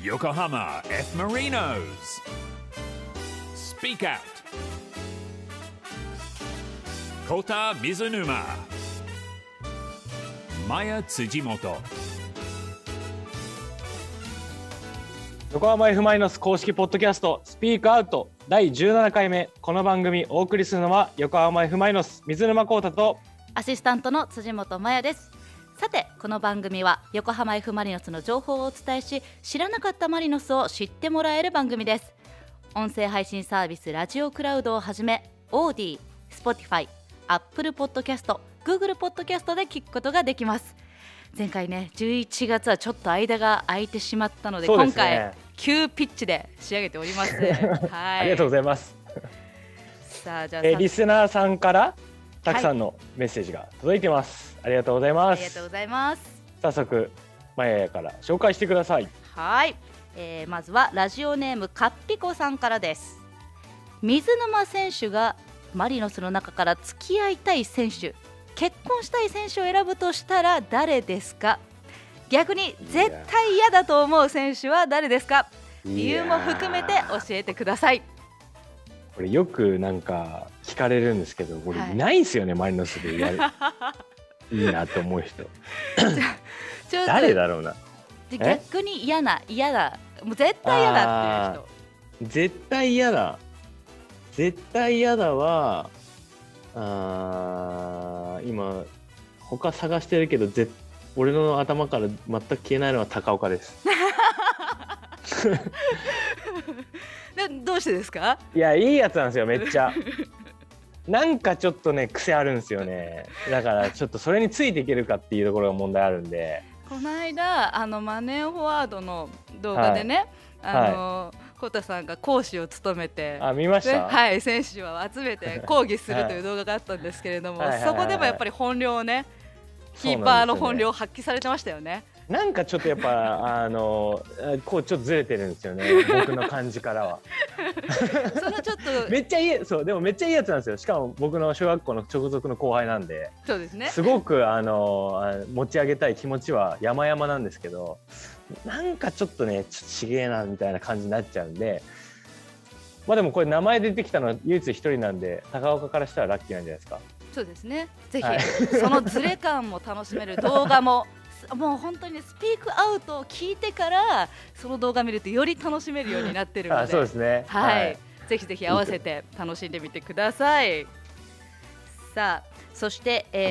Yokohama F. Marinos. Speak Out. Kota Mizunuma. Maya Tsujimoto。 横浜 F マイノス公式ポッドキャストスピークアウト第17回目。この番組お送りするのは横浜 F マイノス水沼宏太とアシスタントの辻本麻也です。さてこの番組は横浜 F マリノスの情報をお伝えし、知らなかったマリノスを知ってもらえる番組です。音声配信サービスラジオクラウドをはじめオーディ、Spotify、Apple Podcast、Google Podcast で聞くことができます。前回ね11月はちょっと間が空いてしまったの で、今回急ピッチで仕上げております。はい、 ありがとうございます。 さあじゃあリスナーさんからたくさんのメッセージが届いてます。ありがとうございます。 ありがとうございます。 早速マヤから紹介してください。 はい、まずはラジオネームかっぴこさんからです。水沼選手がマリノスの中から付き合いたい選手、結婚したい選手を選ぶとしたら誰ですか？逆に絶対嫌だと思う選手は誰ですか？理由も含めて教えてください。 これよくなんか聞かれるんですけど、これいないんですよね、マリノスでやるいいなと思う人誰だろうな。 逆に嫌だ、もう絶対嫌だっていう人。 絶対嫌だは今他探してるけど俺の頭から全く消えないのは高岡ですどうしてですか？ いや、いいやつなんですよ、めっちゃなんかちょっとね癖あるんですよね。だからちょっとそれについていけるかっていうところが問題あるんで、 この間マネーフォワードの動画でね、コタさんが講師を務めて、 見ました、 はい、選手を集めて講義するという動画があったんですけれども、そこでもやっぱり本領をね、キーパーの本領を発揮されてましたよね。 なんかちょっとやっぱこうちょっとずれてるんですよね僕の感じからはそのちょっとめっちゃいい、そうでもめっちゃいいやつなんですよ。しかも僕の小学校の直属の後輩なんで、 そうですね、 すごく持ち上げたい気持ちは山々なんですけど、なんかちょっとねちげえなみたいな感じになっちゃうんで、まあでもこれ名前出てきたのは唯一一人なんで、高岡からしたらラッキーなんじゃないですか。 そうですね、ぜひ、そのズレ感も楽しめる動画ももう本当にスピークアウトを聞いてからその動画見るとより楽しめるようになってるので、 そうですね、 はい、ぜひぜひ合わせて楽しんでみてください。さあそして、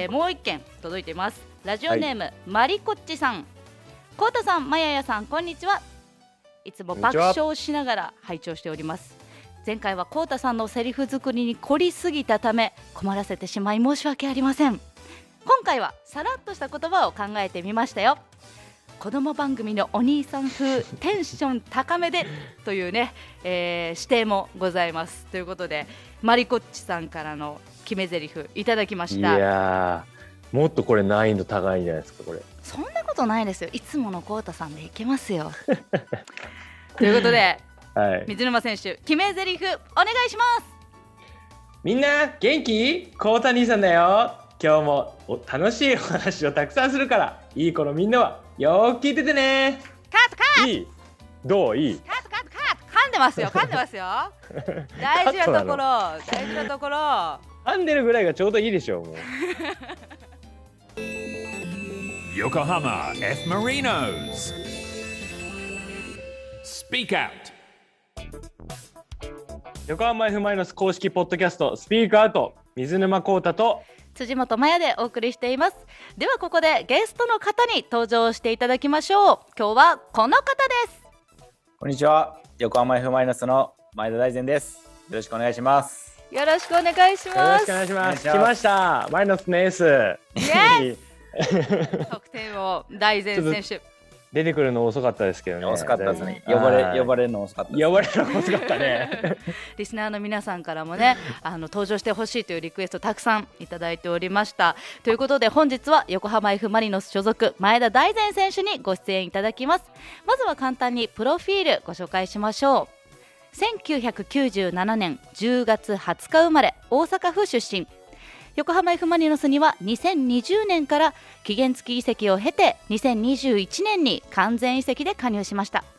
もう一件届いています。ラジオネーム、マリコッチさん。コウタさん、マヤヤさん、こんにちは。いつも爆笑しながら拝聴しております。前回はコウタさんのセリフ作りに凝りすぎたため困らせてしまい申し訳ありません。今回はさらっとした言葉を考えてみましたよ。子供番組のお兄さん風テンション高めでというね、指定もございます。ということでマリコッチさんからの決め台詞いただきました。 いやもっとこれ難易度高いんじゃないですか。これそんなことないですよ。いつものコウタさんでいけますよということで、はい、水沼選手決め台詞お願いします。 みんな元気？コウタ兄さんだよ。今日も楽しいお話をたくさんするから、いい子のみんなはよーく聞いててね。 カットカット。 いい？どう？いい？ カットカットカット。噛んでますよ大事なところ噛んでるぐらいがちょうどいいでしょう。もう横浜 F. Marinos Speak Out。 横浜 F マイノス公式ポッドキャストスピークアウト、水沼宏太と辻本麻也でお送りしています。ではここでゲストの方に登場していただきましょう。今日はこの方です。 こんにちは、横浜 F マイノスの前田大然です。よろしくお願いします。 よろしくお願いします。 よろしくお願いします。来ました、マイノスのエース。 イエス得点を大然選手出てくるの遅かったですけどね。 遅かったですね。呼ばれるの遅かったです、ね。 呼ばれるの遅かったねリスナーの皆さんからもね登場してほしいというリクエストたくさんいただいておりました。ということで本日は横浜 F マリノス所属前田大然選手にご出演いただきます。まずは簡単にプロフィールご紹介しましょう。1997年10月20日生まれ、大阪府出身。横浜 F マリノスには2020年から期限付き移籍を経て2021年に完全移籍で加入しました。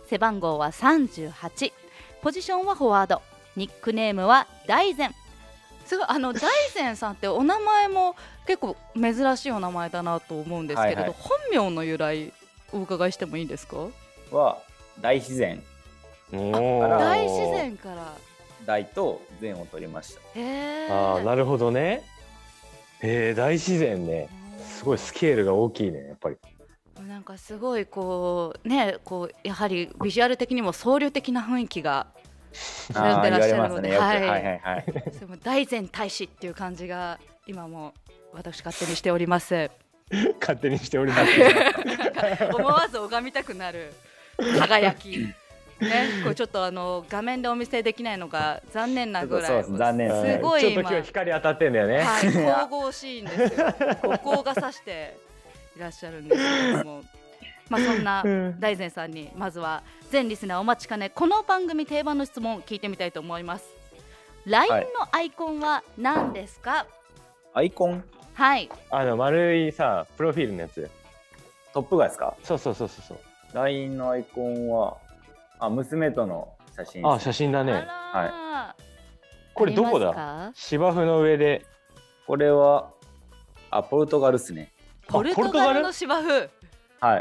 背番号は38、ポジションはフォワード、ニックネームは大然。すごい大然さんってお名前も結構珍しいお名前だなと思うんですけれど、 はいはい、 本名の由来お伺いしてもいいですか？ は大自然。 大自然から大と善を取りました。 なるほどね。大自然ね。すごいスケールが大きいね、やっぱり。 なんかすごいこうやはりビジュアル的にも総流的な雰囲気が漂ってらっしゃるので、その大然大使っていう感じが今も私勝手にしております。 勝手にしております思わず拝みたくなる輝きね、これちょっと画面でお見せできないのが残念なぐらい、 残念すごい今ちょっと今日光当たってんだよね。 はい、神々しいんですよ。お香がさしていらっしゃるんですけれども、そんな大然さんにまずは全リスナーお待ちかね、この番組定番の質問聞いてみたいと思います。 LINE のアイコンは何ですか？ アイコン？ はい、 丸いさプロフィールのやつ、 トップ画ですか？ そう。 LINE のアイコンは娘との写真です。 写真だね。 はい、 これどこだ？芝生の上で。 これはポルトガルですね。 ポルトガルの芝生。 はい。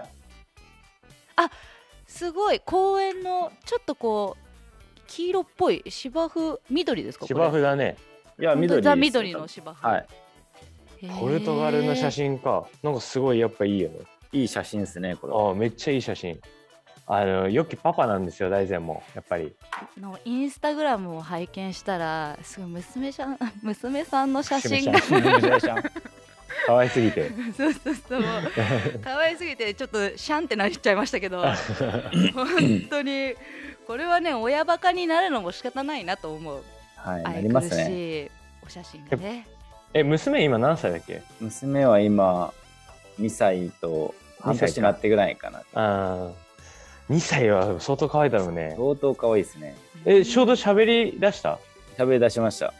すごい公園のちょっとこう黄色っぽい芝生、緑ですか？ 芝生だね。 いや緑です。 ザ緑の芝生。 はい。ポルトガルの写真か。なんかすごいやっぱいいよね。 いい写真ですねこれ。 めっちゃいい写真。良きパパなんですよ大然もやっぱり。 インスタグラムを拝見したらすごい娘さんの写真が可愛すぎてそう可愛すぎてちょっとシャンってなっちゃいましたけど本当にこれはね親バカになるのも仕方ないなと思う。 はい、なりますね。 お写真がね。 娘今何歳だっけ？ 娘は今2歳と半年になってぐらいかな。 2歳は相当可愛いだろうね。 相当可愛いですね。 ちょうど喋り出した？ 喋り出しました。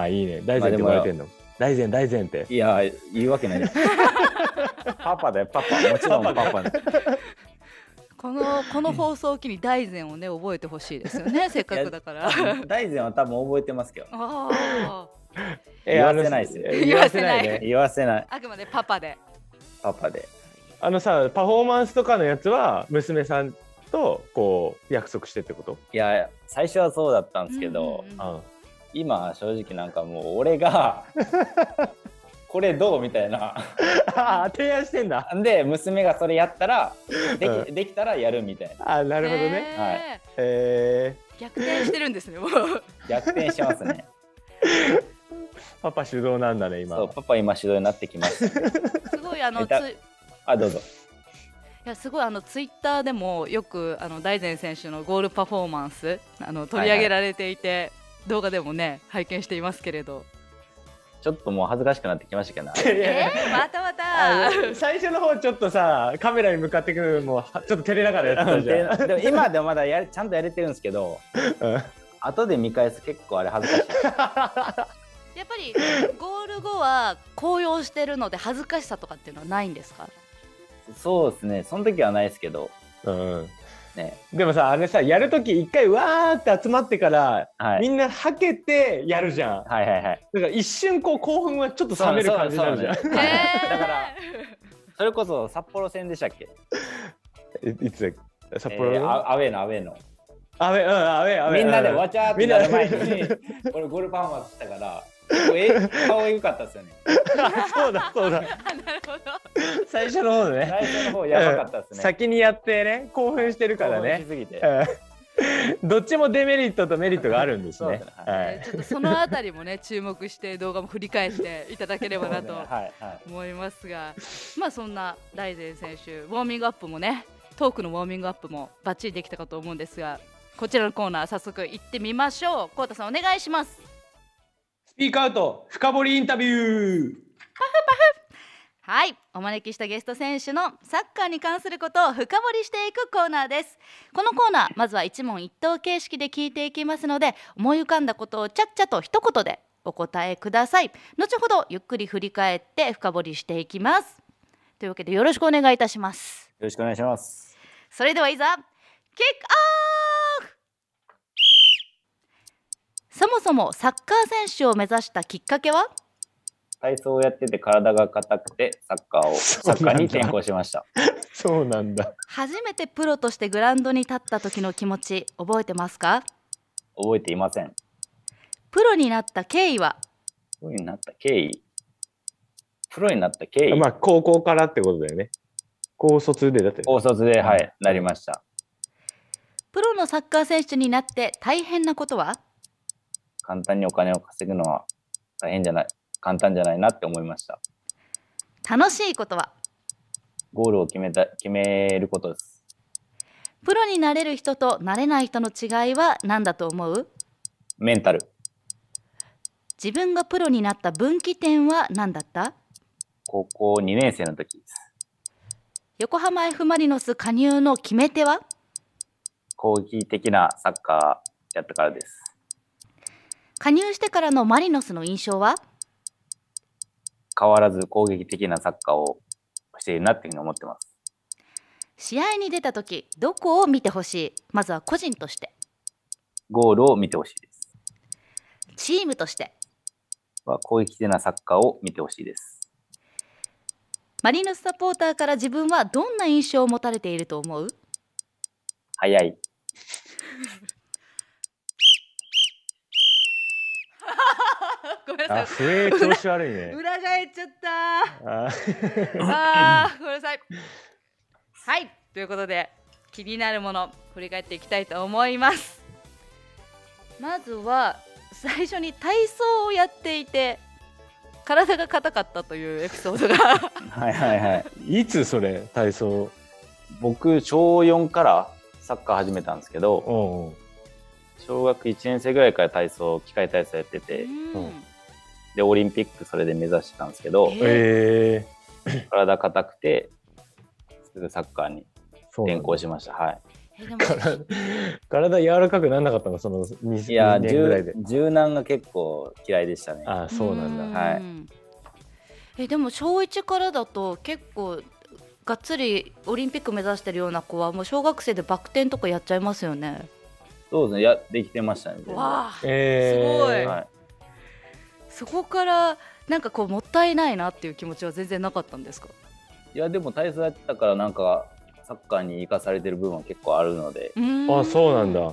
いいね。大然って呼ばれてんの？大然って。 いや言うわけないですパパだよパパ、もちろんパパね。 この放送を機に大然をね覚えてほしいですよねせっかくだから。 大然は多分覚えてますけど。 言わせないですよ。 言わせないね。 言わせない。 あくまでパパで。 パパで。 パフォーマンスとかのやつは娘さんとこう約束してってこと？ いや最初はそうだったんですけど、今正直なんかもう俺がこれどうみたいな提案してんだ。 で娘がそれやったらできたらやるみたいな。 なるほどね。 逆転してるんですね。もう逆転してますね。 パパ主導なんだね今。 そうパパ今主導になってきます。 すごいどうぞ。 いやすごいツイッターでもよく大然選手のゴールパフォーマンス取り上げられていて、動画でもね拝見していますけれど、 ちょっともう恥ずかしくなってきましたけど。 また最初の方ちょっとさカメラに向かってくるのもちょっと照れながらやってたじゃん。 でも今でもまだちゃんとやれてるんですけど、後で見返す結構あれ恥ずかしい。 やっぱりゴール後は高揚してるので恥ずかしさとかっていうのはないんですか？ そうですね、その時はないですけど、 でもさやるとき一回わーって集まってから、みんなはけてやるじゃん。だから一瞬こう興奮はちょっと冷める感じになるじゃん。だからそれこそ札幌戦でしたっけ？ いつ札幌アウェーのアウェーみんなでわちゃーってなる前に俺ゴールパフォーマンスしたから顔エグかったですよね。 そうだなるほど。 最初の方ね。 最初の方やばかったですね。 先にやってね興奮してるからね。 興奮しすぎてどっちもデメリットとメリットがあるんですね。 ちょっとそのあたりもね注目して動画も振り返っていただければなと思いますが、そんな大然選手ウォーミングアップもね、トークのウォーミングアップもバッチリできたかと思うんですが、こちらのコーナー早速行ってみましょう。コウタさんお願いします。 スピークアウト深掘りインタビュー。 はい、お招きしたゲスト選手のサッカーに関することを深掘りしていくコーナーです。このコーナーまずは一問一答形式で聞いていきますので、思い浮かんだことをちゃっちゃと一言でお答えください。後ほどゆっくり振り返って深掘りしていきます。というわけでよろしくお願いいたします。 よろしくお願いします。 それではいざキックオフ。そもそもサッカー選手を目指したきっかけは？ 体操をやってて体が硬くてサッカーに転向しました。 そうなんだ。 初めてプロとしてグラウンドに立った時の気持ち覚えてますか？ 覚えていません。 プロになった経緯は？ プロになった経緯まあ高校からってことだよね。高卒でだって高卒で、はい、なりました。 プロのサッカー選手になって大変なことは？ 簡単にお金を稼ぐのは簡単じゃないなって思いました。 楽しいことは？ ゴールを決めることです。 プロになれる人となれない人の違いは何だと思う？ メンタル。 自分がプロになった分岐点は何だった？ 高校2年生の時です。 横浜 F マリノス加入の決め手は？ 攻撃的なサッカーやったからです。 加入してからのマリノスの印象は？ 変わらず攻撃的なサッカーをしているなっていうふうに思ってます。 試合に出た時どこを見てほしい？まずは個人として。 ゴールを見てほしいです。 チームとして。 攻撃的なサッカーを見てほしいです。 マリノスサポーターから自分はどんな印象を持たれていると思う？ 早い。 ごめんなさい。 笛調子悪いね。 裏返っちゃったごめんなさい。はい、ということで気になるもの振り返っていきたいと思います。まずは最初に体操をやっていて体が硬かったというエピソードがはいはいはい。 いつそれ体操？ 僕小4からサッカー始めたんですけど、小学1年生ぐらいから機械体操やってて、でオリンピックそれで目指してたんですけど、体硬くてすぐサッカーに転向しました。はい。 体柔らかくならなかったの？その2年ぐらいで。 柔軟が結構嫌いでしたね。 ああ、そうなんだ。 はい。 でも小1からだと結構がっつりオリンピック目指してるような子はもう小学生でバク転とかやっちゃいますよね。 そうですね、できてましたね。 わあ、すごい、 はい。 そこからなんかこうもったいないなっていう気持ちは全然なかったんですか？ いやでも体操やってたからなんかサッカーに生かされてる部分は結構あるので。 あ、そうなんだ。 はい。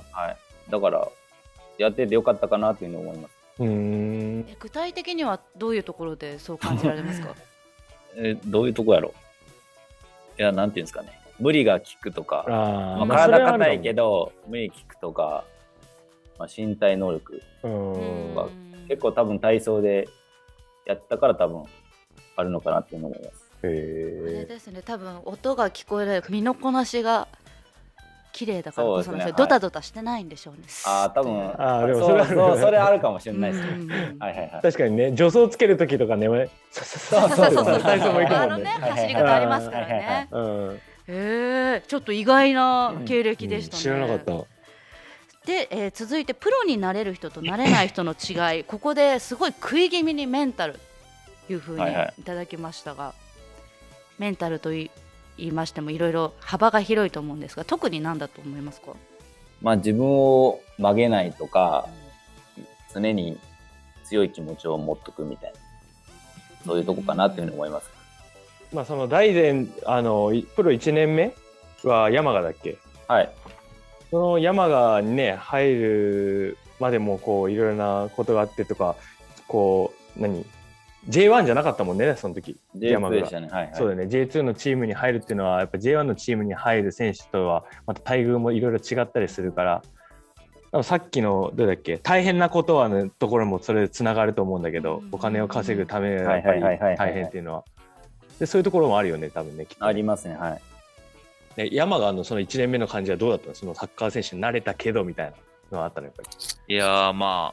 だからやっててよかったかなというふうに思います。 具体的にはどういうところでそう感じられますか？ どういうとこやろ？いや、なんていうんですかね。無理が効くとか、体硬いけど無理効くとか、身体能力とか結構多分体操でやったから多分あるのかなって思います。 あれですね、多分音が聞こえる身のこなしが綺麗だからこそ、ドタドタしてないんでしょうね。 多分それあるかもしれないですね。 確かにね、助走つける時とかね、 そう体操も行くもんね。走り方ありますからね。ちょっと意外な経歴でしたね。 知らなかった。 で、続いてプロになれる人となれない人の違い、ここですごい食い気味にメンタルというふうにいただきましたが、メンタルと言いましてもいろいろ幅が広いと思うんですが、特に何だと思いますか？ 自分を曲げないとか、常に強い気持ちを持っとくみたいな、そういうとこかなっていうふうに思います。 その大前プロ1年目は山賀だっけ？はい。その山賀にね入るまでもこういろいろなことがあってとか、こうJ1 じゃなかったもんね、その時。 J2 でしたね。はいはい。 そうだね。J2 のチームに入るっていうのはやっぱ J1 のチームに入る選手とはまた待遇もいろいろ違ったりするから、さっきのどうだっけ、大変なことはのところもそれでつながると思うんだけど、お金を稼ぐためがやっぱり大変っていうのは。でそういうところもあるよね、多分ね。きっとありますね。はい。 で山賀のその1年目の感じはどうだったの？そのサッカー選手になれたけどみたいなのはあったのやっぱり。 いや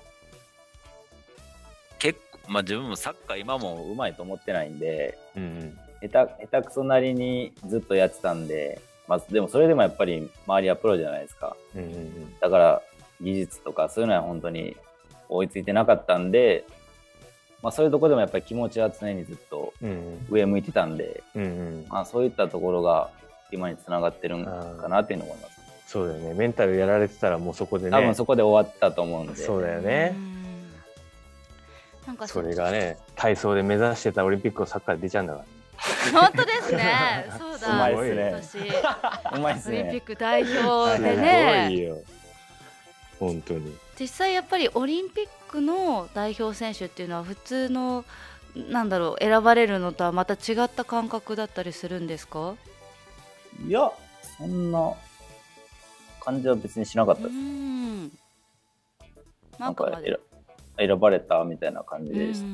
結構自分もサッカー今もうまいと思ってないんで、下手くそなりにずっとやってたんで、でもそれでもやっぱり周りはプロじゃないですか。だから技術とかそういうのは本当に追いついてなかったんで、そういうところでもやっぱり気持ちは常にずっと上向いてたんで、そういったところが今につながってるんかなっていうのを思います。 そうだよね。メンタルやられてたらもうそこでね。 多分そこで終わったと思うんで。 そうだよね。 なんかそれがね、体操で目指してたオリンピックをサッカーで出ちゃうんだから。 本当ですね。そうだ。 うまいですね。 私うまいですね。 オリンピック代表でね。 すごいよ。本当に。 実際やっぱりオリンピックの代表選手っていうのは普通のなんだろう選ばれるのとはまた違った感覚だったりするんですか？ いや、そんな感じは別にしなかったです。なんか選ばれたみたいな感じでした。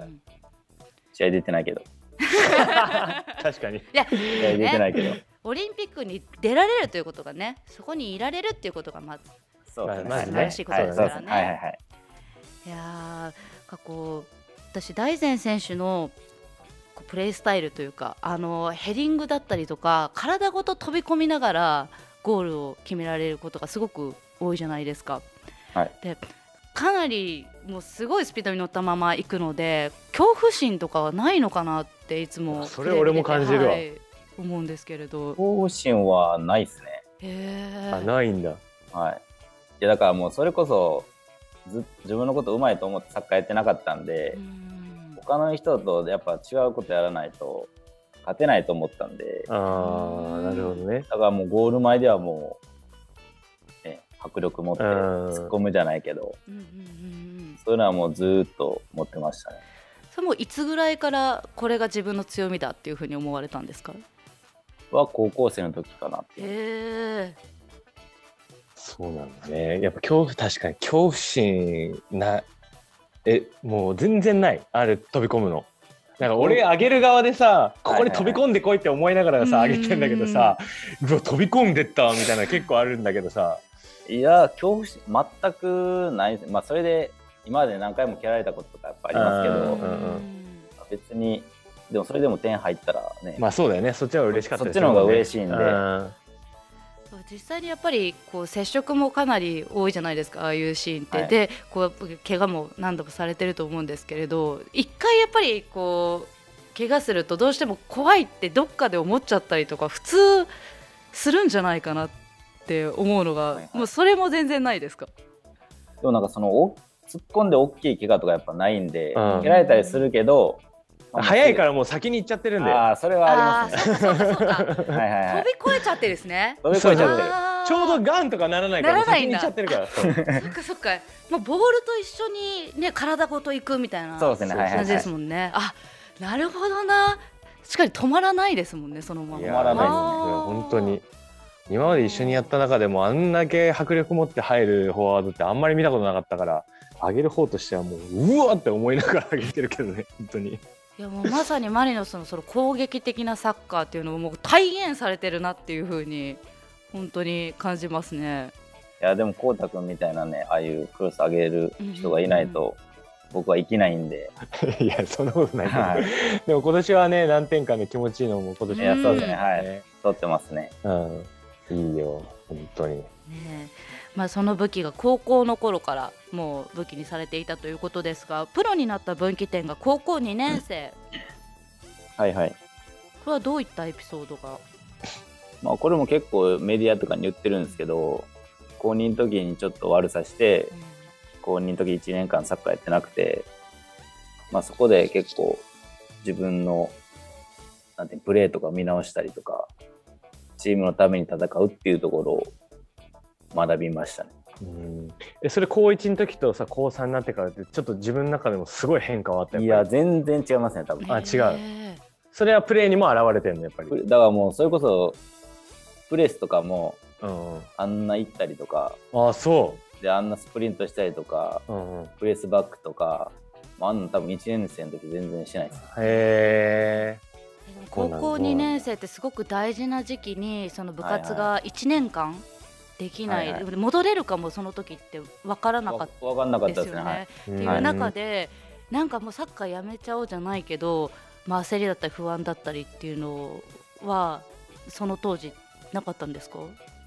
試合出てないけど。 確かに。 いや、 試合出てないけど。 オリンピックに出られるということがね、そこにいられるっていうことがまずそうですね。 素晴らしいことですからね。 はいはいはい。 いやー、こう私大然選手のプレースタイルというか、ヘディングだったりとか体ごと飛び込みながらゴールを決められることがすごく多いじゃないですか。 はい、 でかなりもうすごいスピードに乗ったまま行くので恐怖心とかはないのかなっていつもそれ俺も感じるわ、 思うんですけれど。 恐怖心はないですね。 ないんだ。 はい。いやだからもうそれこそ自分のことうまいと思ってサッカーやってなかったんで、他の人とやっぱ違うことやらないと勝てないと思ったんで。 なるほどね。 だからもうゴール前ではもう、ね、迫力持って突っ込むじゃないけど、そういうのはもうずっと持ってましたね。 それもいつぐらいからこれが自分の強みだっていうふうに思われたんですか？ は高校生の時かなっていう。 そうなんだね。やっぱ確かに恐怖心もう全然ない。飛び込むの。なんか俺上げる側でさ、ここに飛び込んでこいって思いながらさ、上げてんだけどさ、うわ飛び込んでったみたいな結構あるんだけどさ。 いや恐怖心全くないです。まあそれで今まで何回も蹴られたこととかやっぱありますけど、別にでもそれでも点入ったらね。 まあそうだよね。そっちは嬉しかったですね。そっちの方が嬉しいんで。 実際にやっぱりこう接触もかなり多いじゃないですか、ああいうシーンって、で怪我も何度もされてると思うんですけれど、一回やっぱりこう怪我するとどうしても怖いってどっかで思っちゃったりとか普通するんじゃないかなって思うのが、もうそれも全然ないですか？ でもなんかその突っ込んで大きい怪我とかやっぱないんで、蹴られたりするけど、 早いからもう先に行っちゃってるんで。 それはありますね。 そうか飛び越えちゃってですね。 飛び越えちゃってる。 ちょうどガンとかならないから先に行っちゃってるから。 そっかそっか。もうボールと一緒にね体ごと行くみたいな感じですもんね。なるほどな。しっかり止まらないですもんね、そのまま。 止まらないですね。 本当に。今まで一緒にやった中でもあんだけ迫力持って入るフォワードってあんまり見たことなかったから、上げる方としてはもううわって思いながら上げてるけどね、本当に。 いやもうまさにマリノスのその攻撃的なサッカーっていうのをもう体現されてるなっていう風に本当に感じますね。 いやでもこうたくんみたいなね、ああいうクロス上げる人がいないと僕は生きないんで。 いやそんなことないけど、でも今年はね何点かね気持ちいいのも今年はそうですね、はい取ってますね。 いいよ本当にね。 その武器が高校の頃からもう武器にされていたということですが、プロになった分岐点が高校2年生。 はいはい。 これはどういったエピソードが？ これも結構メディアとかに言ってるんですけど、高2の時にちょっと悪さして、高2の時1年間サッカーやってなくて、そこで結構自分のプレーとか見直したりとか、チームのために戦うっていうところを学びましたね。 それ高1の時とさ高3になってからってちょっと自分の中でもすごい変化はあった？ いや全然違いますね多分。 違う。それはプレーにも現れてるのやっぱり。 だからもうそれこそプレスとかも、あんな行ったりとか、 そうであんなスプリントしたりとか、プレスバックとかあんな多分1年生の時全然しないです。 高校2年生ってすごく大事な時期にその部活が1年間できない、戻れるかもその時って分からなかったですよね。っていう中でなんかもうサッカーやめちゃおうじゃないけど、焦りだったり不安だったりっていうのはその当時なかったんですか？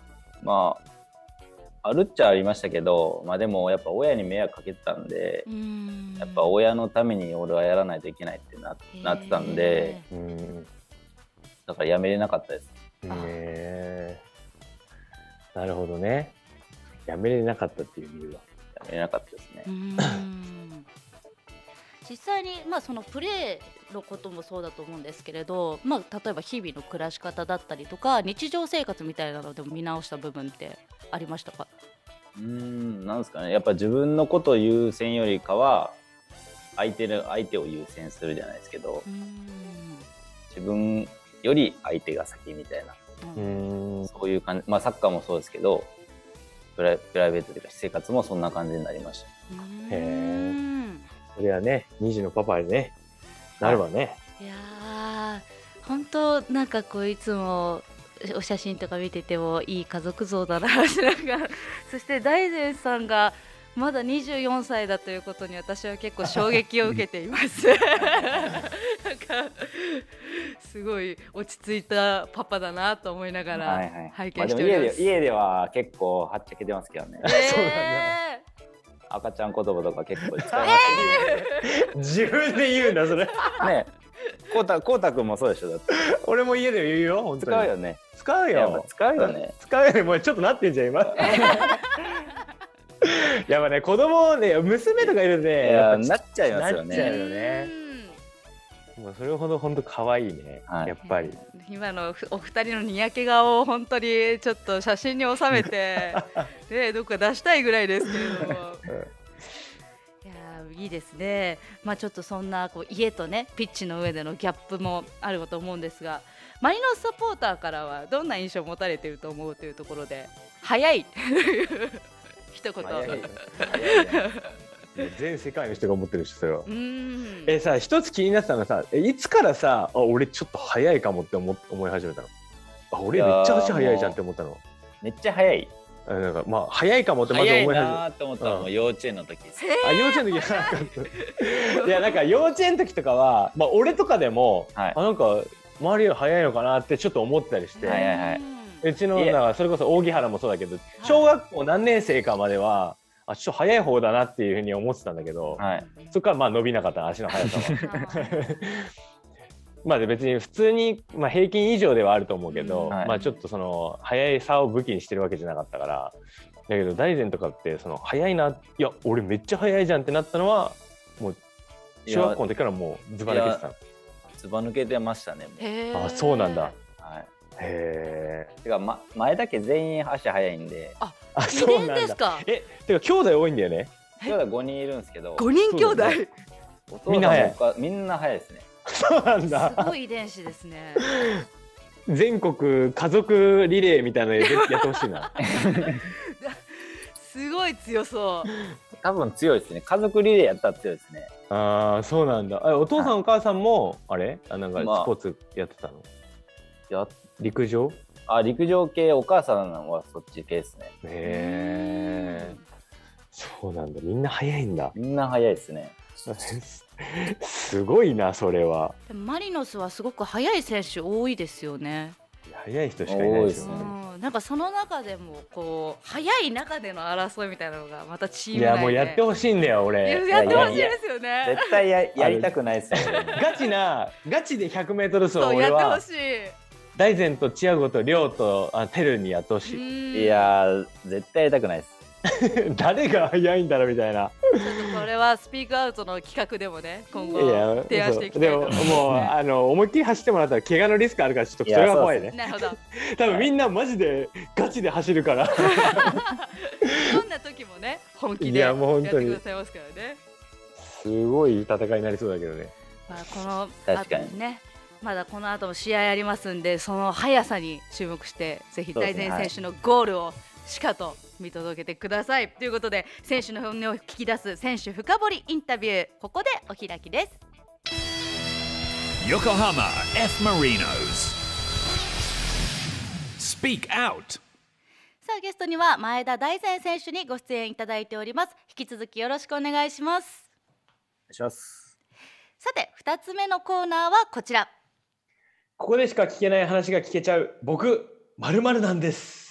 あるっちゃありましたけど、でもやっぱ親に迷惑かけてたんで、やっぱ親のために俺はやらないといけないってなってたんで、だからやめれなかったです。 なるほどね。やめれなかったっていう理由は。 やめれなかったですね。 実際に、そのプレーのこともそうだと思うんですけれど、例えば日々の暮らし方だったりとか日常生活みたいなのでも見直した部分ってありましたか？ なんですかね、やっぱ自分のことを優先よりかは相手を優先するじゃないですけど、自分より相手が先みたいな、そういう感じ。サッカーもそうですけど、プライベートというか私生活もそんな感じになりました。 へえ。それはね、2児のパパにねなるわね。 いやー、本当なんかこういつもお写真とか見ててもいい家族像だなそして大然さんがまだ24歳だということに私は結構衝撃を受けていますなんかすごい落ち着いたパパだなと思いながら拝見しております。 でも家では結構はっちゃけてますけどね。 そうなんだ。 赤ちゃん言葉とか結構使いますけど、 自分で言うんだそれ。 ね。こうたくんもそうでしょ。だって俺も家で言うよ。本当に使うよね。 使うよ。 使うよね。 使うよね。もうちょっとなってんじゃん今。やっぱね、子供ね、娘とかいるんで、 なっちゃいますよね。 なっちゃうよね。もうそれほど本当可愛いね、やっぱり。 今のお二人のにやけ顔を本当にちょっと写真に収めてでどっか出したいぐらいですけれども。いやいいですね。ちょっとそんなこう家とねピッチの上でのギャップもあるかと思うんですが、マリノスサポーターからはどんな印象を持たれていると思うというところで、早い一言。 全世界の人が思ってるし、それは。さ、一つ気になってたのがさ、いつからさ、俺ちょっと早いかもって思い始めたの？俺めっちゃ足早いじゃんって思ったの。 めっちゃ早い。 なんか早いかもってまず思い始めた。 早いなと思ったのも幼稚園の時です。 幼稚園の時いやなんか幼稚園の時とかは、俺とかでも、なんか周りより早いのかなってちょっと思ってたりして、うちのそれこそ扇原もそうだけど、小学校何年生かまではちょっと早い方だなっていうふうに思ってたんだけど、そこから伸びなかった足の速さは。別に普通に、平均以上ではあると思うけど、ちょっとその速いさを武器にしてるわけじゃなかったから。だけど大然とかってその速いな、いや俺めっちゃ速いじゃんってなったのはもう小学校の時からもうズバ抜けてたの。 ズバ抜けてましたね。 あ、そうなんだ。 へえ。てか前だけ全員足速いんで。 そうなんだ。 てか兄弟多いんだよね。 兄弟5人いるんですけど。 5人兄弟。 みんな速い。 みんな速いですね。 そうなんだ。 すごい遺伝子ですね。 全国家族リレーみたいなのやってほしいな。 すごい強そう。 多分強いですね。家族リレーやったら強いですね。 ああ、そうなんだ。お父さんお母さんもなんかスポーツやってたの？陸上？ 陸上系。お母さんはそっち系ですね。 へえ。そうなんだ。みんな速いんだ。 みんな速いですね。 すごいな、それは。 でもマリノスはすごく速い選手多いですよね。 速い人しかいないですよね。 なんかその中でもこう速い中での争いみたいなのがまたチーム内で。 いやもうやってほしいんだよ俺。 やってほしいですよね。 絶対やりたくないですよ。 ガチで100メートル走を俺はやってほしい。 大然とチアゴとリョウとテルにやってほしい。 いや絶対やりたくないです。 誰が速いんだろうみたいな。 ちょっとこれはスピークアウトの企画でもね今後提案していきたいと思います。 でももう思いっきり走ってもらったら怪我のリスクあるからちょっとそれが怖いね。 なるほど。 多分みんなマジでガチで走るから。 どんな時もね本気でやってくださいますからね。 すごい戦いになりそうだけどね。 この後ね。まだこの後も試合ありますんで、その速さに注目してぜひ大然選手のゴールをしかと見届けてください。ということで選手の本音を聞き出す選手深掘りインタビュー、ここでお開きです。 横浜 F Marinos Speak Out。 さあゲストには前田大然選手にご出演いただいております。引き続きよろしくお願いします。 お願いします。 さて2つ目のコーナーはこちら。 ここでしか聞けない話が聞けちゃう僕〇〇なんです。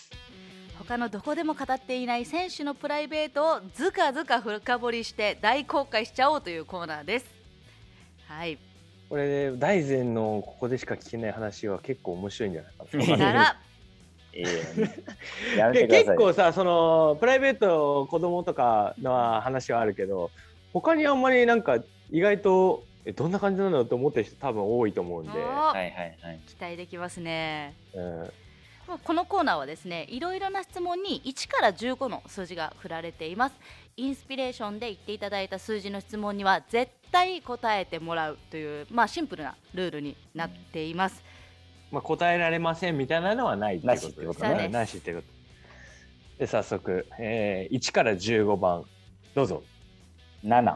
他のどこでも語っていない選手のプライベートをずかずか深掘りして大公開しちゃおうというコーナーです。はい。 これ大然のここでしか聞けない話は結構面白いんじゃないかな。 ならやめてください。 結構さ、そのプライベート子供とかの話はあるけど、他にあんまりなんか意外とどんな感じなんだろうと思ってる人多分多いと思うんで、 期待できますね。 うん、 このコーナーはですね、いろいろな質問に1から15の数字が振られています。インスピレーションで言っていただいた数字の質問には絶対答えてもらうという、シンプルなルールになっています。 答えられませんみたいなのはないってことですね。なしってこと。で、早速、1から15番どうぞ。 7。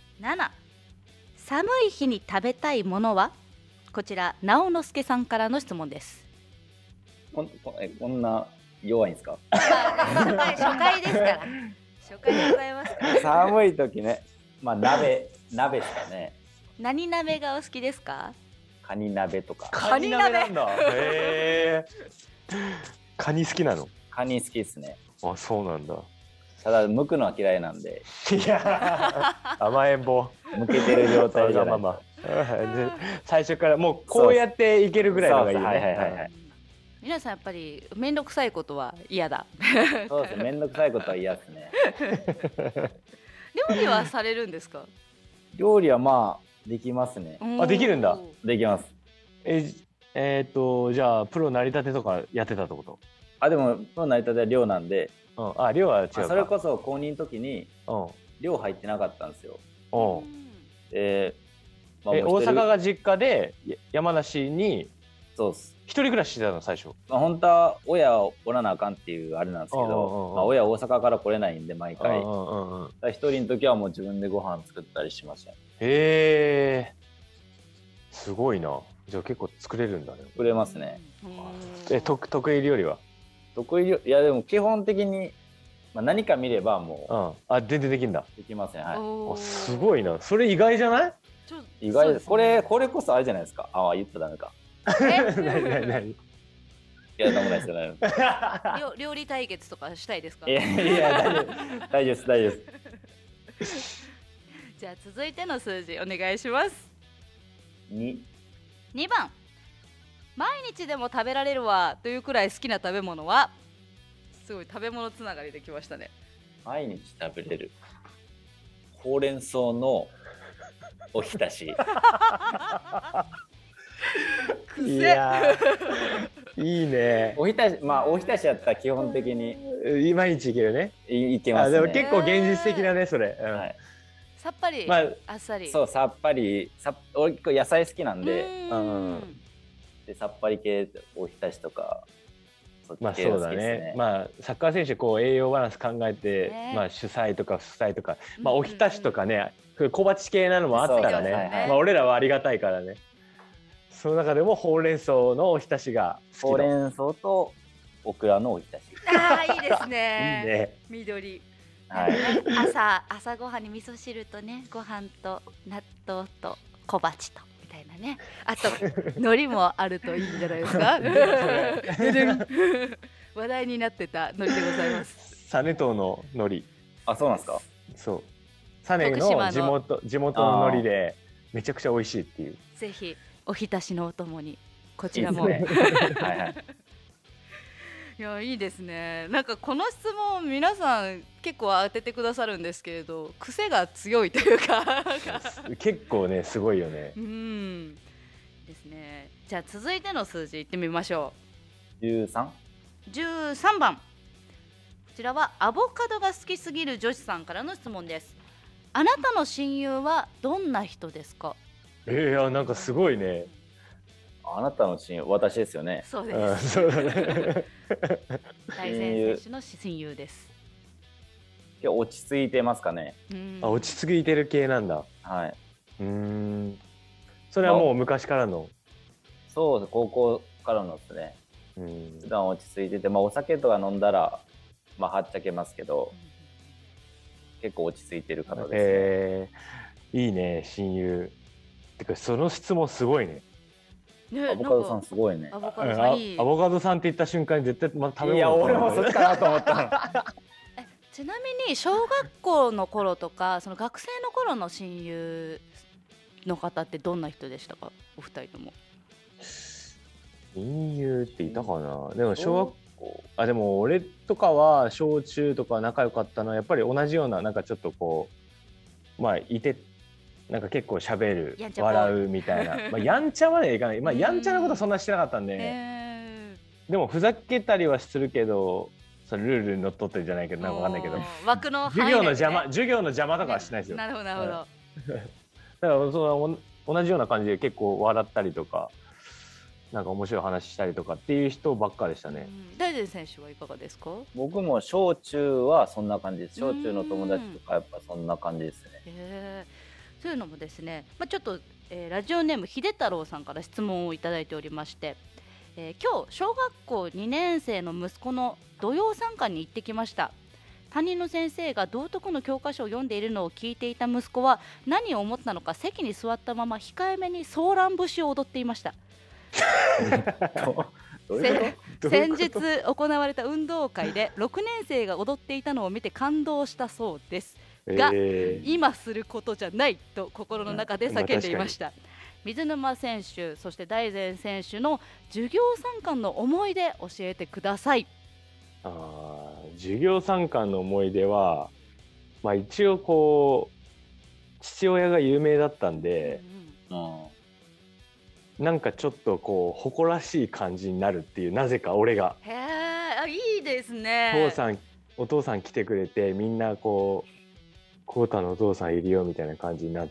寒い日に食べたいものは？こちら直之助さんからの質問です。 こんな弱いんですか？ 初回ですから。初回でございますから。 寒い時ね、鍋ですかね。 何鍋がお好きですか？ カニ鍋とか。 カニ鍋なんだ。へー。カニ好きなの？ カニ好きですね。 あ、そうなんだ。 ただ剥くのは嫌いなんで。 いや、甘えん坊。 剥けてる状態じゃない。 最初からもうこうやっていけるぐらいのがいいね。 皆さんやっぱり面倒くさいことは嫌だ。 そうですね。面倒くさいことは嫌ですね。 料理はされるんですか？ 料理はできますね。 あ、できるんだ。 できます。 じゃあプロなりたてとかやってたってこと？ でもプロなりたては寮なんで。 寮は違うか。 それこそ公認の時に寮入ってなかったんですよ。 大阪が実家で山梨にそうです。 一人暮らししてたの最初。 本当は親おらなあかんっていうあれなんですけど、親大阪から来れないんで毎回。一人の時はもう自分でご飯作ったりしました。 へえ、すごいな。じゃあ結構作れるんだね。 作れますね。 得意料理は？ いやでも基本的に何か見ればもう全然できるんだ。 できますね。はい。 すごいな。それ意外じゃない？ 意外です。これこそあれじゃないですか。言ったらダメか。 何？ いや、ダメですよね。 料理対決とかしたいですか？ いや大丈夫です。 じゃあ続いての数字お願いします。 2 番。毎日でも食べられるわというくらい好きな食べ物は？すごい食べ物つながりできましたね。 毎日食べれるほうれん草のおひたし。 いやいいね。 おひたしやったら基本的に毎日いけるね。 いけますね。 でも結構現実的なねそれ。 さっぱり、あっさり。 そう、さっぱり。俺結構野菜好きなんで。でさっぱり系おひたしとか。 そうだね。サッカー選手栄養バランス考えて、主菜とか副菜とか、おひたしとかね、小鉢系なのもあったらね。俺らはありがたいからね。その中でもほうれん草のおひたしが好き。 ほうれん草とオクラのおひたし。 いいですね。 いいね。 緑。 はい。 朝ごはんに味噌汁とね、ご飯と納豆と小鉢とみたいなね。あと海苔もあるといいんじゃないですか。話題になってた海苔でございます。 実朝の海苔。 そうなんですか。 そう。実の地元の海苔でめちゃくちゃ美味しいっていう。 ぜひおひたしのお供にこちらも。いや、いいですね。なんかこの質問皆さん結構当ててくださるんですけれど、癖が強いというか結構ねすごいよね。 ですね。じゃあ続いての数字いってみましょう。 13 番。こちらはアボカドが好きすぎる女子さんからの質問です。あなたの親友はどんな人ですか？ なんかすごいね。 あなたの親友、私ですよね。 そうです。そうだね。大選手の親友です。 落ち着いてますかね。 落ち着いてる系なんだ。 はい。 それはもう昔からの。 そうです。高校からのですね。普段落ち着いてて、お酒とか飲んだらはっちゃけますけど、結構落ち着いてる方ですね。いいね、親友。てかその質問すごいね。 アボカドさんすごいね。 アボカドさんって言った瞬間に絶対食べ物。 いや、俺もそっちかなと思ったちなみに小学校の頃とかその学生の頃の親友の方ってどんな人でしたか？お二人とも。 親友っていたかな。でも小学でも俺とかは小中とか仲良かったのはやっぱり同じような、なんかちょっとこういて、なんか結構喋る、笑うみたいな、やんちゃまでいかない、やんちゃなことはそんなしてなかったんで、でもふざけたりはするけど、そのルールにのっとってるじゃないけど、なんかわかんないけど、 枠の授業の邪魔とかはしないですよ。 なるほどなるほど。 だからその同じような感じで結構笑ったりとか、なんか面白い話したりとかっていう人ばっかでしたね。 大然選手はいかがですか？ 僕も小中はそんな感じです。小中の友達とかやっぱそんな感じですね。 そういうのもですね、ちょっと、ラジオネーム秀太郎さんから質問をいただいておりまして、今日小学校2年生の息子の土曜参観に行ってきました。担任の先生が道徳の教科書を読んでいるのを聞いていた息子は何を思ったのか、席に座ったまま控えめにソーラン節を踊っていました。先日行われた運動会で6年生が踊っていたのを見て感動したそうですが、今することじゃないと心の中で叫んでいました。水沼選手、そして大然選手の授業参観の思い出教えてください。 授業参観の思い出は、一応こう父親が有名だったんで、なんかちょっとこう誇らしい感じになるっていう、なぜか俺が。 へえ、いいですね。 お父さん来てくれて、みんなこうコウタのお父さんいるよみたいな感じになって、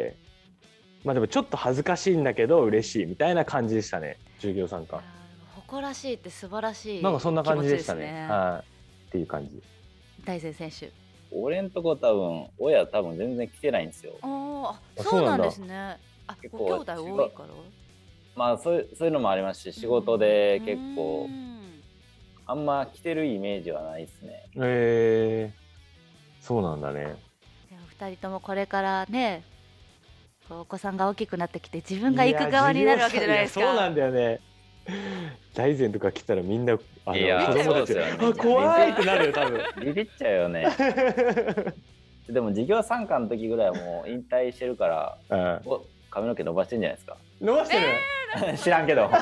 でもちょっと恥ずかしいんだけど嬉しいみたいな感じでしたね、授業参観。 誇らしいって素晴らしい、 なんかそんな感じでしたね。っていう感じ。 大然選手、 俺んとこ親全然来てないんですよ。 そうなんですね。ご兄弟多いから。 そういうのもありますし、仕事で結構あんま来てるイメージはないですね。 そうなんだね。 でも2人ともこれからね、お子さんが大きくなってきて自分が行く側になるわけじゃないですか。 そうなんだよね。大然とか来たらみんな子供たちが怖いってなるよ、多分。 ビビっちゃうよね。でも授業参観の時ぐらいはもう引退してるから、髪の毛伸ばしてんじゃないですか。 伸ばしてる？ 知らんけど。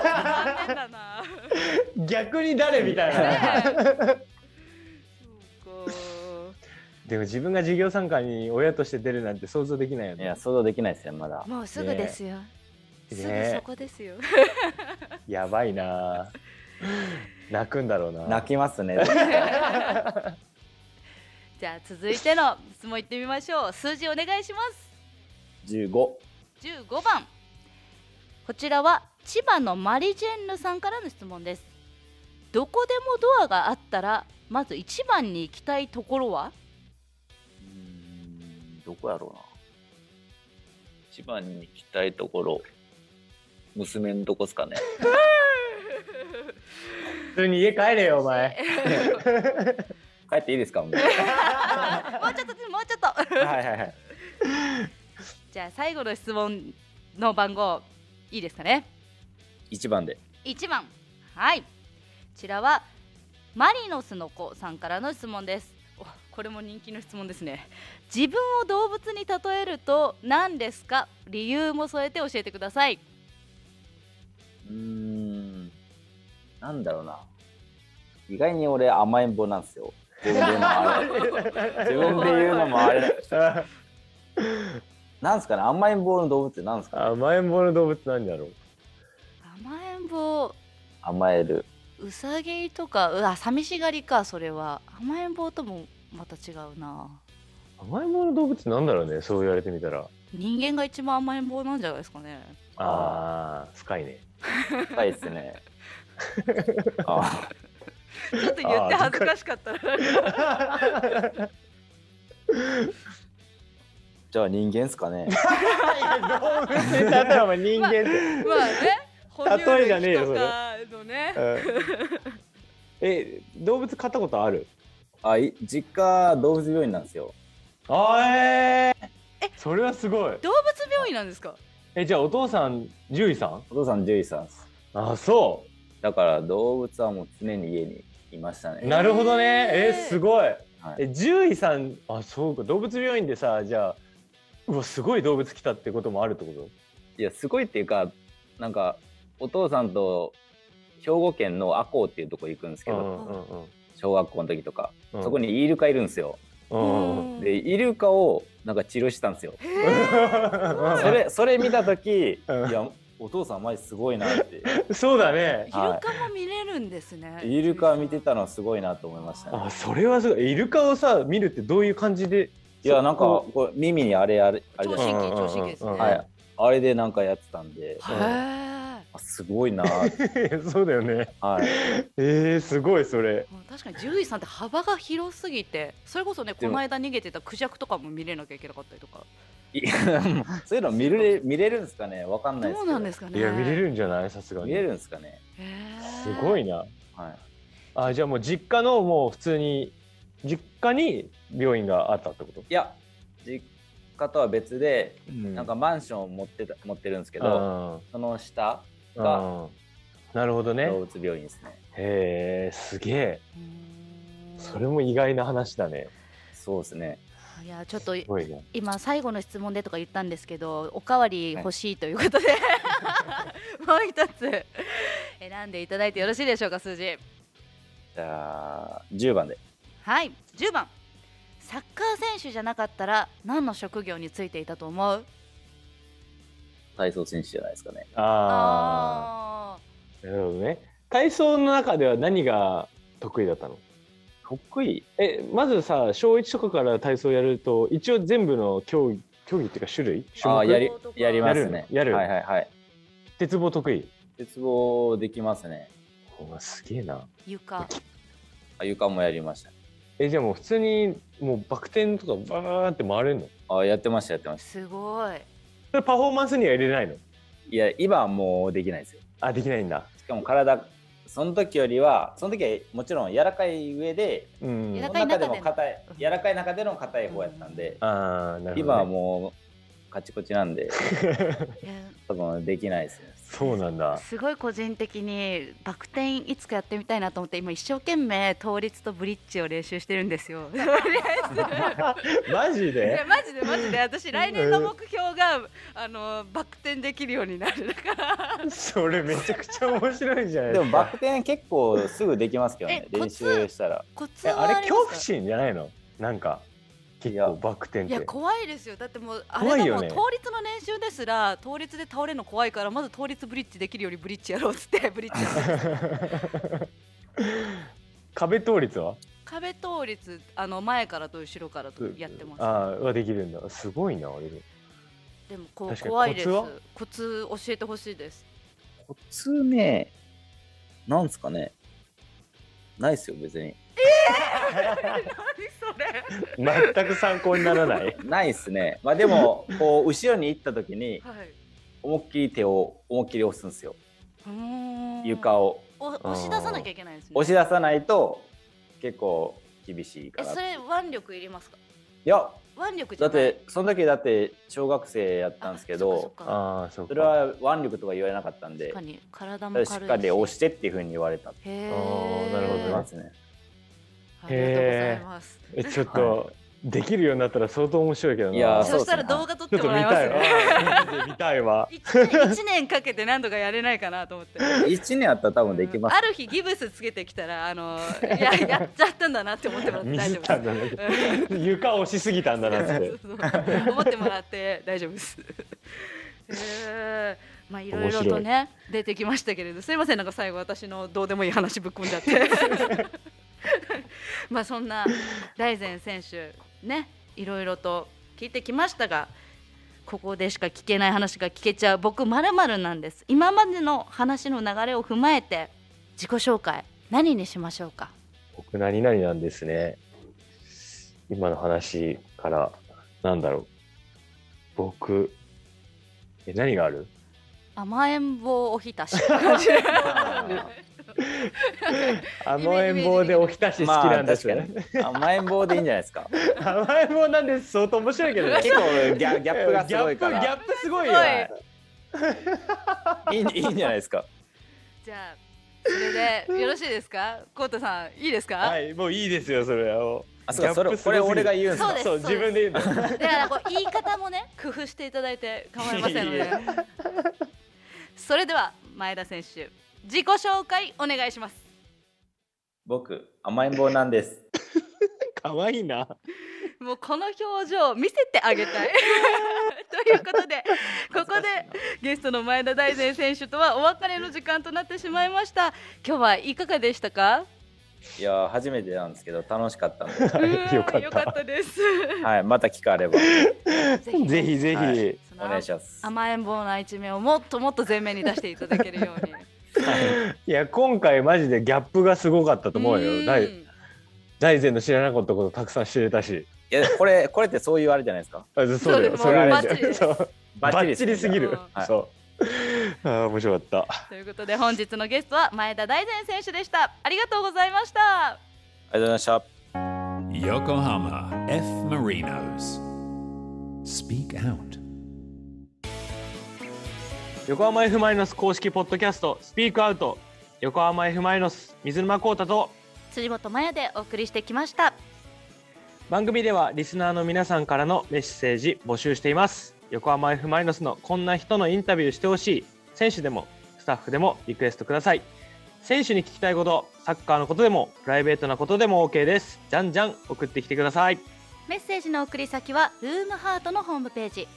逆に誰みたいな。でも自分が授業参観に親として出るなんて想像できないよね。 いや、想像できないですよ、まだ。 もうすぐですよ。すぐそこですよ。 やばいな。泣くんだろうな。 泣きますね。 じゃあ続いての質問いってみましょう。数字お願いします。 15 番。こちらは千葉のマリジェンヌさんからの質問です。どこでもドアがあったらまず一番に行きたいところは？ どこやろうな。一番に行きたいところ、娘のとこっすかね。 普通に家帰れよ、お前。 帰っていいですか？もうちょっと。 はい。 じゃあ最後の質問の番号いいですかね。 1番で。 1番。はい。こちらはマリノスの子さんからの質問です。これも人気の質問ですね。自分を動物に例えると何ですか？理由も添えて教えてください。 なんだろうな。意外に俺甘えん坊なんですよ。自分で言うのもあれ。なんですかね、甘えん坊の動物ってなんですかね。 甘えん坊の動物なんだろう。 甘えん坊。 甘える。 うさぎとか、寂しがりか、それは。甘えん坊ともまた違うな。 甘えん坊の動物なんだろうね、そう言われてみたら。 人間が一番甘えん坊なんじゃないですかね。 深いね。 深いですね。 ちょっと言って恥ずかしかったな。 じゃあ人間っすかね。 動物に例えば人間って。例えじゃねえよ、それ。動物飼ったことある？ 実家動物病院なんですよ。 それはすごい。 動物病院なんですか？ じゃあお父さん獣医さん？お父さん獣医さんです。 そう。 だから動物はもう常に家にいましたね。 なるほどね。すごい。獣医さん、そうか。動物病院でさ、じゃあすごい動物来たってこともあるってこと？ いや、すごいっていうか、なんかお父さんと一兵庫県の赤穂っていうとこ行くんですけど、小学校の時とか、そこにイルカいるんですよ。でイルカをなんか治療したんですよ。それ見た時、いやお父さんマジすごいなって。 そうだね。 イルカも見れるんですね。 イルカ見てたのはすごいなと思いましたね。 あ、それはすごい。イルカをさ見るってどういう感じで？ いやなんかこう耳にあれじゃない聴診器ですね。 はい。あれでなんかやってたんで。すごいな。 そうだよね。 はい。 すごいそれ。 確かに獣医さんって幅が広すぎて、それこそねこの間逃げてたクジャクとかも見れなきゃいけなかったりとか。 そういうの見れるんですかね。わかんないですけど。 どうなんですかね。 いや見れるんじゃない？さすがに。 見れるんですかね。 すごいな。はい。あ、じゃあもう実家のもう普通に実家に病院があったってこと？ いや実家とは別で、なんかマンションを持ってるんですけど、その下がなるほどね。 動物病院ですね。 へえ、すげえ。それも意外な話だね。 そうですね。 いやちょっと今最後の質問でとか言ったんですけど、おかわり欲しいということで、もう一つ選んでいただいてよろしいでしょうか。数字じゃあ10番で。 はい、10番。サッカー選手じゃなかったら何の職業についていたと思う？ 体操選手じゃないですかね。 ああ、なるほどね。体操の中では何が得意だったの？ 得意？ まずさ、小1とかから体操やると一応全部の競技っていうか種類？ やりますね。 やる。 はいはいはい。 鉄棒得意？ 鉄棒できますね。 すげえな。 床もやりました。 じゃあもう普通にもうバク転とかバーって回れるの？ あ、やってました。 すごい。 それパフォーマンスには入れないの？ いや今はもうできないですよ。 あ、できないんだ。 しかもその時はもちろん柔らかい上で、その中でも柔らかい中での硬い方やったんで、今はもうカチコチなんで多分できないですね。 そうなんだ。 すごい個人的にバク転いつかやってみたいなと思って、今一生懸命倒立とブリッジを練習してるんですよ。 マジで？いやマジで私来年の目標がバク転できるようになる。だからそれめちゃくちゃ面白いじゃないですか。 でもバク転結構すぐできますけどね。練習したら。 コツはあれ恐怖心じゃないの？なんか結構バク転って。 いや怖いですよ。だってもうあれがもう倒立の練習ですら倒立で倒れるの怖いから、まず倒立ブリッジできるよりブリッジやろうっつってブリッジやろう。 壁倒立は？ 壁倒立前からと後ろからとやってます。 はできるんだ。すごいな。あれでも怖いです。コツ教えてほしいです。 コツね、なんすかね。ないっすよ別に。 何それ。 全く参考にならない。 ないっすね。まあでもこう後ろに行った時に思いっきり手を思いっきり押すんですよ。床を押し出さなきゃいけないですね。 押し出さないと結構厳しいから。 それ腕力いりますか？ いや腕力じゃない。 だってその時小学生やったんですけど、それは腕力とか言われなかったんで、 確かに体も軽いし、 しっかり押してっていう風に言われた。 なるほどね。 ありがとうございます。 ちょっとできるようになったら相当面白いけどな。 いや、 そしたら動画撮ってもらいますね。 見たいわ。 1年かけて何とかやれないかなと思って。 1年あったら多分できます。 ある日ギブスつけてきたらやっちゃったんだなって思ってもらって大丈夫です。 床押しすぎたんだなって思ってもらって大丈夫です。まあいろいろとね出てきましたけれど、すいません、なんか最後私のどうでもいい話ぶっ込んじゃって。まあそんな大然選手ね、いろいろと聞いてきましたが、ここでしか聞けない話が聞けちゃう僕〇〇なんです。今までの話の流れを踏まえて自己紹介何にしましょうか？ 僕何々なんですね。今の話からなんだろう。僕何がある？ 甘えん坊おひたし。 甘えん坊でおひたし好きなんですね。 甘えん坊でいいんじゃないですか。 甘えん坊なんです。相当面白いけどね。 結構ギャップがすごいから。 ギャップすごいよ。 いいんじゃないですか。 じゃあそれでよろしいですか？コウタさんいいですか？ はい、もういいですよそれは。 これ俺が言うんですか？ そう自分で言うんだ。 だから言い方もね工夫していただいて構いませんので。それでは前田選手自己紹介お願いします。 僕甘えん坊なんです。 かわいいな。 もうこの表情見せてあげたいということで、ここでゲストの前田大然選手とはお別れの時間となってしまいました。今日はいかがでしたか？ いや初めてなんですけど楽しかったんでよかったです。 はい、また機会あればぜひぜひ、はい、 お願いします。 甘えん坊な一面をもっともっと前面に出していただけるようにいや今回マジでギャップがすごかったと思うよ。大然の知らなかったことたくさん知れたし。 いやこれってそういうあれじゃないですか。 そうだよ。それあれバッチリすぎる。そう。面白かった。 ということで本日のゲストは前田大然選手でした。ありがとうございました。 ありがとうございました。 Yokohama F Marinos Speak Out。 横浜 F マリノス公式ポッドキャストスピークアウト、横浜 F マリノス水沼宏太と辻本麻也でお送りしてきました。 番組ではリスナーの皆さんからのメッセージ募集しています。横浜 F マリノスのこんな人のインタビューしてほしい、選手でもスタッフでもリクエストください。選手に聞きたいこと、サッカーのことでもプライベートなことでも OK です。じゃんじゃん送ってきてください。 メッセージの送り先はルームハートのホームページ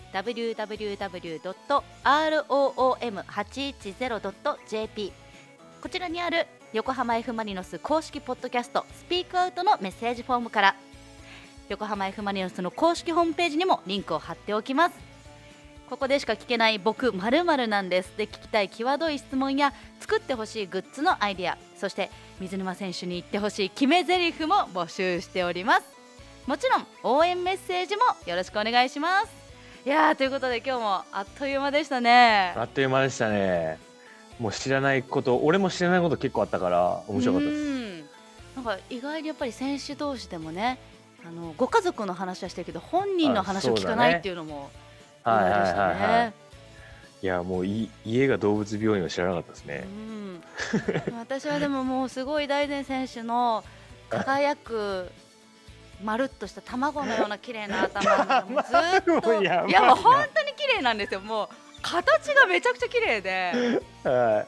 www.room810.jp、 こちらにある横浜 F マリノス公式ポッドキャストスピークアウトのメッセージフォームから、横浜 F マリノスの公式ホームページにもリンクを貼っておきます。ここでしか聞けない僕〇〇なんですで聞きたい際どい質問や作ってほしいグッズのアイディア、そして水沼選手に言ってほしい決め台詞も募集しております。もちろん応援メッセージもよろしくお願いします。いやー、ということで今日もあっという間でしたね。 あっという間でしたね。もう知らないこと、俺も知らないこと結構あったから面白かったです。 なんか意外にやっぱり選手同士でもね、ご家族の話はしてるけど本人の話を聞かないっていうのも意外でしたね。 いやもう家が動物病院は知らなかったですね。 私はでももうすごい大然選手の輝くまるっとした卵のような綺麗な頭もずっといやもう本当に綺麗なんですよ。もう形がめちゃくちゃ綺麗で、 はい、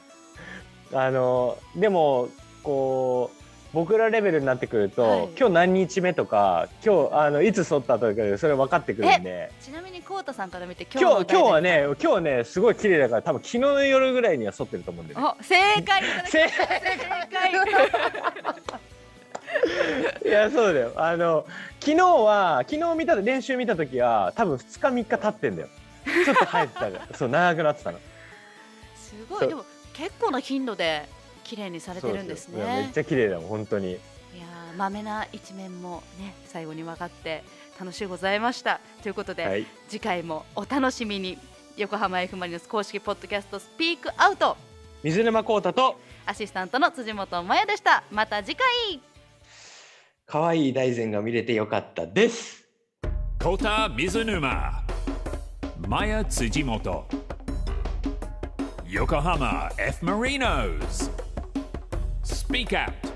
でもこう僕らレベルになってくると、はい、今日何日目とか今日いつ剃ったとかそれ分かってくるんで。 ちなみに浩太さんから見て今日はねすごい綺麗だから多分昨日の夜ぐらいには剃ってると思うんで、ね、 正解正解いやそうだよ。昨日練習見た時は多分2日3日経ってんだよ。ちょっと生えてたからそう長くなってたの。 すごい。でも結構な頻度で綺麗にされてるんですね。 めっちゃ綺麗だもん本当に。いやまめな一面もね最後に分かって楽しいございました。ということで、はい、次回もお楽しみに。横浜 F マリノス公式ポッドキャストスピークアウト、 水沼宏太とアシスタントの辻本麻也でした。また次回。 可愛い大然が見れてよかったです。 コタ水沼麻也辻本横浜 F Marinos Speak Out。